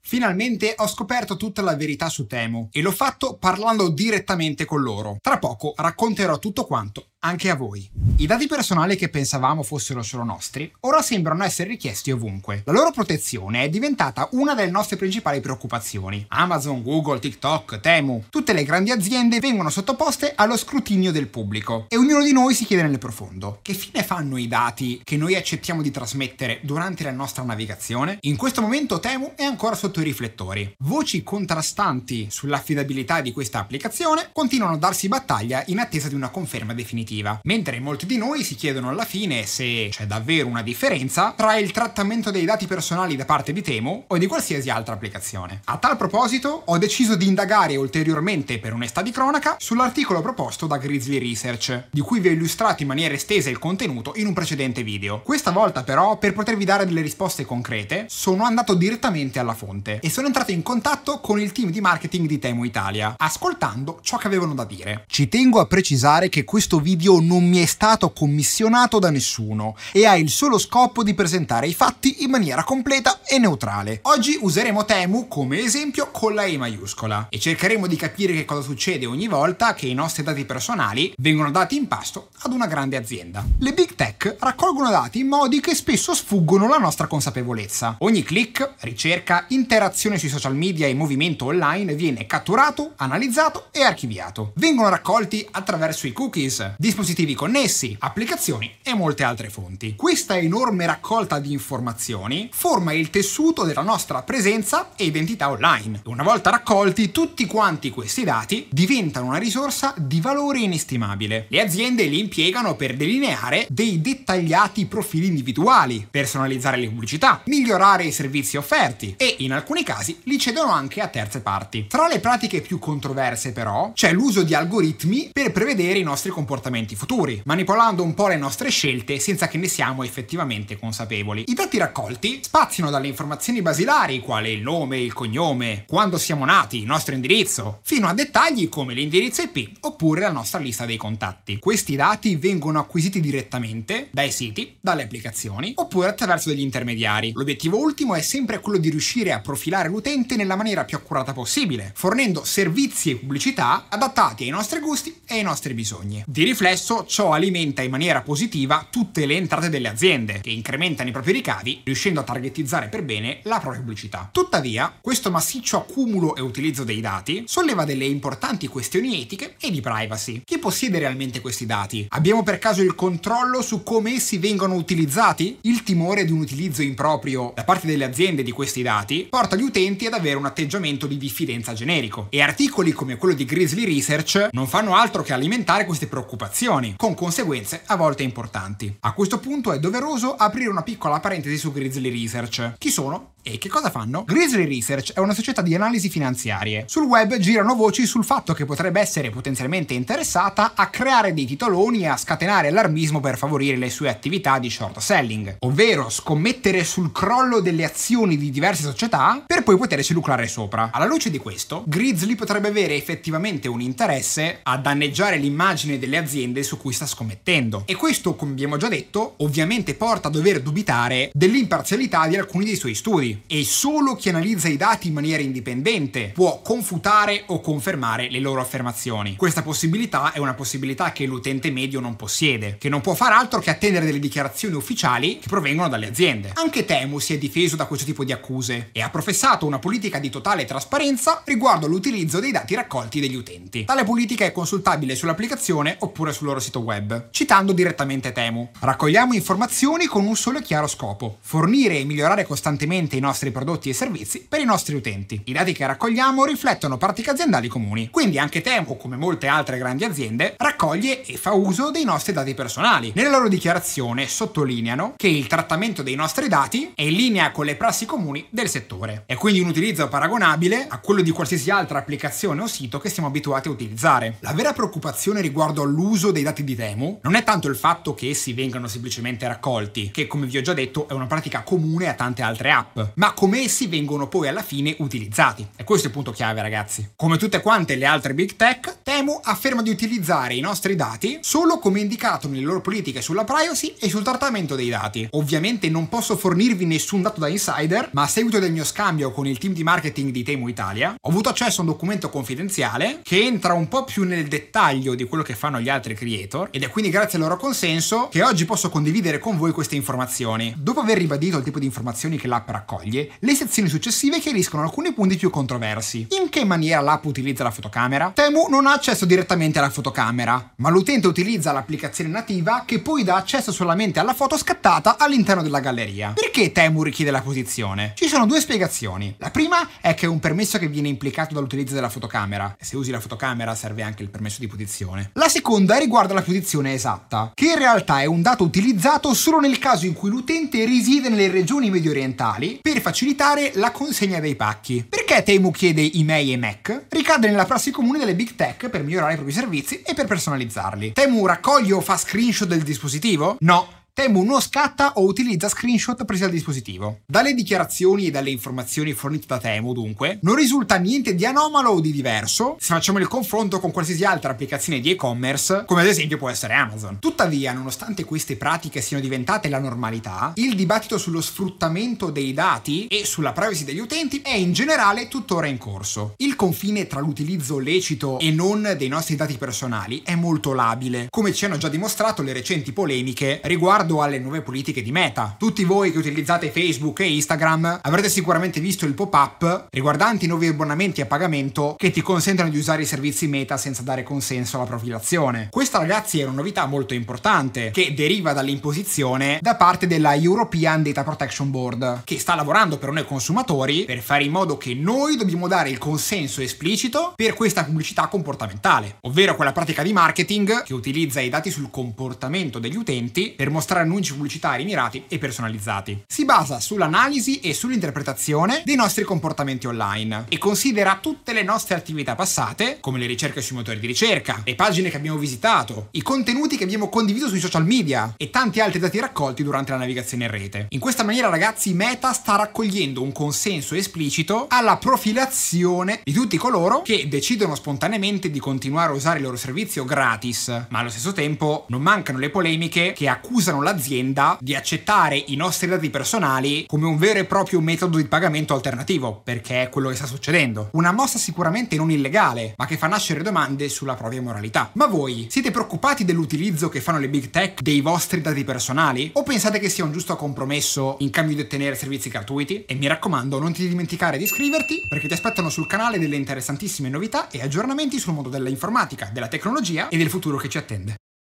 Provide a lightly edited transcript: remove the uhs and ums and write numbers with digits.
Finalmente ho scoperto tutta la verità su Temu e l'ho fatto parlando direttamente con loro. Tra poco racconterò tutto quanto anche a voi. I dati personali che pensavamo fossero solo nostri, ora sembrano essere richiesti ovunque. La loro protezione è diventata una delle nostre principali preoccupazioni. Amazon, Google, TikTok, Temu, tutte le grandi aziende vengono sottoposte allo scrutinio del pubblico e ognuno di noi si chiede nel profondo: che fine fanno i dati che noi accettiamo di trasmettere durante la nostra navigazione? In questo momento Temu è ancora sotto i riflettori. Voci contrastanti sull'affidabilità di questa applicazione continuano a darsi battaglia in attesa di una conferma definitiva. Mentre molti di noi si chiedono alla fine se c'è davvero una differenza tra il trattamento dei dati personali da parte di Temu o di qualsiasi altra applicazione. A tal proposito, ho deciso di indagare ulteriormente per onestà di cronaca sull'articolo proposto da Grizzly Research, di cui vi ho illustrato in maniera estesa il contenuto in un precedente video. Questa volta però, per potervi dare delle risposte concrete, sono andato direttamente alla fonte e sono entrato in contatto con il team di marketing di Temu Italia, ascoltando ciò che avevano da dire. Ci tengo a precisare che questo video non mi è stato commissionato da nessuno e ha il solo scopo di presentare i fatti in maniera completa e neutrale. Oggi useremo Temu come esempio con la E maiuscola e cercheremo di capire che cosa succede ogni volta che i nostri dati personali vengono dati in pasto ad una grande azienda. Le big tech raccolgono dati in modi che spesso sfuggono la nostra consapevolezza. Ogni click, ricerca, interazione sui social media e movimento online viene catturato, analizzato e archiviato. Vengono raccolti attraverso i cookies, dispositivi connessi, applicazioni e molte altre fonti. Questa enorme raccolta di informazioni forma il tessuto della nostra presenza e identità online. Una volta raccolti, tutti quanti questi dati diventano una risorsa di valore inestimabile. Le aziende li impiegano per delineare dei dettagliati profili individuali, personalizzare le pubblicità, migliorare i servizi offerti e, in alcuni casi, li cedono anche a terze parti. Tra le pratiche più controverse, però, c'è l'uso di algoritmi per prevedere i nostri comportamenti futuri, manipolando un po' le nostre scelte senza che ne siamo effettivamente consapevoli. I dati raccolti spaziano dalle informazioni basilari, quale il nome, il cognome, quando siamo nati, il nostro indirizzo, fino a dettagli come l'indirizzo IP oppure la nostra lista dei contatti. Questi dati vengono acquisiti direttamente dai siti, dalle applicazioni oppure attraverso degli intermediari. L'obiettivo ultimo è sempre quello di riuscire a profilare l'utente nella maniera più accurata possibile, fornendo servizi e pubblicità adattati ai nostri gusti e ai nostri bisogni. Di riflesso, ciò alimenta in maniera positiva tutte le entrate delle aziende, che incrementano i propri ricavi, riuscendo a targetizzare per bene la propria pubblicità. Tuttavia, questo massiccio accumulo e utilizzo dei dati solleva delle importanti questioni etiche e di privacy. Chi possiede realmente questi dati? Abbiamo per caso il controllo su come essi vengono utilizzati? Il timore di un utilizzo improprio da parte delle aziende di questi dati porta gli utenti ad avere un atteggiamento di diffidenza generico, e articoli come quello di Grizzly Research non fanno altro che alimentare queste preoccupazioni, con conseguenze a volte importanti. A questo punto è doveroso aprire una piccola parentesi su Grizzly Research. Chi sono? E che cosa fanno? Grizzly Research è una società di analisi finanziarie. Sul web girano voci sul fatto che potrebbe essere potenzialmente interessata a creare dei titoloni e a scatenare allarmismo per favorire le sue attività di short selling, ovvero scommettere sul crollo delle azioni di diverse società per poi poterci lucrare sopra. Alla luce di questo, Grizzly potrebbe avere effettivamente un interesse a danneggiare l'immagine delle aziende su cui sta scommettendo. E questo, come abbiamo già detto, ovviamente porta a dover dubitare dell'imparzialità di alcuni dei suoi studi. E solo chi analizza i dati in maniera indipendente può confutare o confermare le loro affermazioni. Questa possibilità è una possibilità che l'utente medio non possiede, che non può far altro che attendere delle dichiarazioni ufficiali che provengono dalle aziende. Anche Temu si è difeso da questo tipo di accuse e ha professato una politica di totale trasparenza riguardo all'utilizzo dei dati raccolti degli utenti. Tale politica è consultabile sull'applicazione oppure sul loro sito web. Citando direttamente Temu: raccogliamo informazioni con un solo e chiaro scopo: fornire e migliorare costantemente i nostri prodotti e servizi per i nostri utenti. I dati che raccogliamo riflettono pratiche aziendali comuni, quindi anche Temu, come molte altre grandi aziende, raccoglie e fa uso dei nostri dati personali. Nella loro dichiarazione sottolineano che il trattamento dei nostri dati è in linea con le prassi comuni del settore. È quindi un utilizzo paragonabile a quello di qualsiasi altra applicazione o sito che siamo abituati a utilizzare. La vera preoccupazione riguardo all'uso dei dati di Temu non è tanto il fatto che essi vengano semplicemente raccolti, che come vi ho già detto è una pratica comune a tante altre app, ma come essi vengono poi alla fine utilizzati. E questo è il punto chiave, ragazzi. Come tutte quante le altre big tech, Temu afferma di utilizzare i nostri dati solo come indicato nelle loro politiche sulla privacy e sul trattamento dei dati. Ovviamente non posso fornirvi nessun dato da insider, ma a seguito del mio scambio con il team di marketing di Temu Italia, ho avuto accesso a un documento confidenziale che entra un po' più nel dettaglio di quello che fanno gli altri creator, ed è quindi grazie al loro consenso che oggi posso condividere con voi queste informazioni. Dopo aver ribadito il tipo di informazioni che l'app raccoglie, le sezioni successive chiariscono alcuni punti più controversi. In che maniera l'app utilizza la fotocamera? Temu non ha accesso direttamente alla fotocamera, ma l'utente utilizza l'applicazione nativa che poi dà accesso solamente alla foto scattata all'interno della galleria. Perché Temu richiede la posizione? Ci sono due spiegazioni. La prima è che è un permesso che viene implicato dall'utilizzo della fotocamera, e se usi la fotocamera serve anche il permesso di posizione. La seconda riguarda la posizione esatta, che in realtà è un dato utilizzato solo nel caso in cui l'utente risiede nelle regioni medio orientali per facilitare la consegna dei pacchi. Perché Temu chiede email e Mac? Ricade nella prassi comune delle big tech per migliorare i propri servizi e per personalizzarli. Temu raccoglie o fa screenshot del dispositivo? No. Temu non scatta o utilizza screenshot presi dal dispositivo. Dalle dichiarazioni e dalle informazioni fornite da Temu, dunque, non risulta niente di anomalo o di diverso se facciamo il confronto con qualsiasi altra applicazione di e-commerce, come ad esempio può essere Amazon. Tuttavia, nonostante queste pratiche siano diventate la normalità, il dibattito sullo sfruttamento dei dati e sulla privacy degli utenti è in generale tuttora in corso. Il confine tra l'utilizzo lecito e non dei nostri dati personali è molto labile, come ci hanno già dimostrato le recenti polemiche riguardo alle nuove politiche di Meta. Tutti voi che utilizzate Facebook e Instagram avrete sicuramente visto il pop-up riguardanti i nuovi abbonamenti a pagamento che ti consentono di usare i servizi Meta senza dare consenso alla profilazione. Questa, ragazzi, è una novità molto importante che deriva dall'imposizione da parte della European Data Protection Board, che sta lavorando per noi consumatori per fare in modo che noi dobbiamo dare il consenso esplicito per questa pubblicità comportamentale, ovvero quella pratica di marketing che utilizza i dati sul comportamento degli utenti per mostrare annunci pubblicitari mirati e personalizzati. Si basa sull'analisi e sull'interpretazione dei nostri comportamenti online e considera tutte le nostre attività passate, come le ricerche sui motori di ricerca, le pagine che abbiamo visitato, i contenuti che abbiamo condiviso sui social media e tanti altri dati raccolti durante la navigazione in rete. In questa maniera, ragazzi, Meta sta raccogliendo un consenso esplicito alla profilazione di tutti coloro che decidono spontaneamente di continuare a usare il loro servizio gratis, ma allo stesso tempo non mancano le polemiche che accusano l'azienda di accettare i nostri dati personali come un vero e proprio metodo di pagamento alternativo, perché è quello che sta succedendo. Una mossa sicuramente non illegale, ma che fa nascere domande sulla propria moralità. Ma voi siete preoccupati dell'utilizzo che fanno le big tech dei vostri dati personali? O pensate che sia un giusto compromesso in cambio di ottenere servizi gratuiti? E mi raccomando, non ti dimenticare di iscriverti, perché ti aspettano sul canale delle interessantissime novità e aggiornamenti sul mondo dell'informatica, della tecnologia e del futuro che ci attende.